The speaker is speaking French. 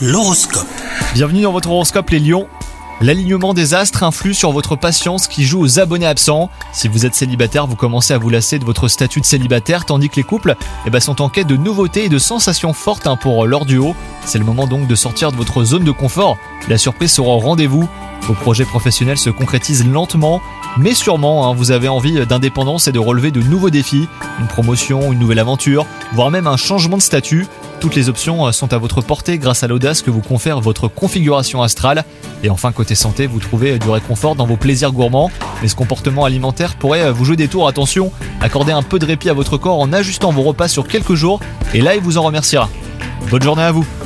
L'horoscope. Bienvenue dans votre horoscope les lions. L'alignement des astres influe sur votre patience qui joue aux abonnés absents. Si vous êtes célibataire, vous commencez à vous lasser de votre statut de célibataire, tandis que les couples sont en quête de nouveautés et de sensations fortes pour leur duo. C'est le moment donc de sortir de votre zone de confort. La surprise sera au rendez-vous. Vos projets professionnels se concrétisent lentement, mais sûrement. Vous avez envie d'indépendance et de relever de nouveaux défis, une promotion, une nouvelle aventure, voire même un changement de statut. Toutes les options sont à votre portée grâce à l'audace que vous confère votre configuration astrale. Et enfin, côté santé, vous trouvez du réconfort dans vos plaisirs gourmands. Mais ce comportement alimentaire pourrait vous jouer des tours. Attention, accordez un peu de répit à votre corps en ajustant vos repas sur quelques jours. Et là, il vous en remerciera. Bonne journée à vous.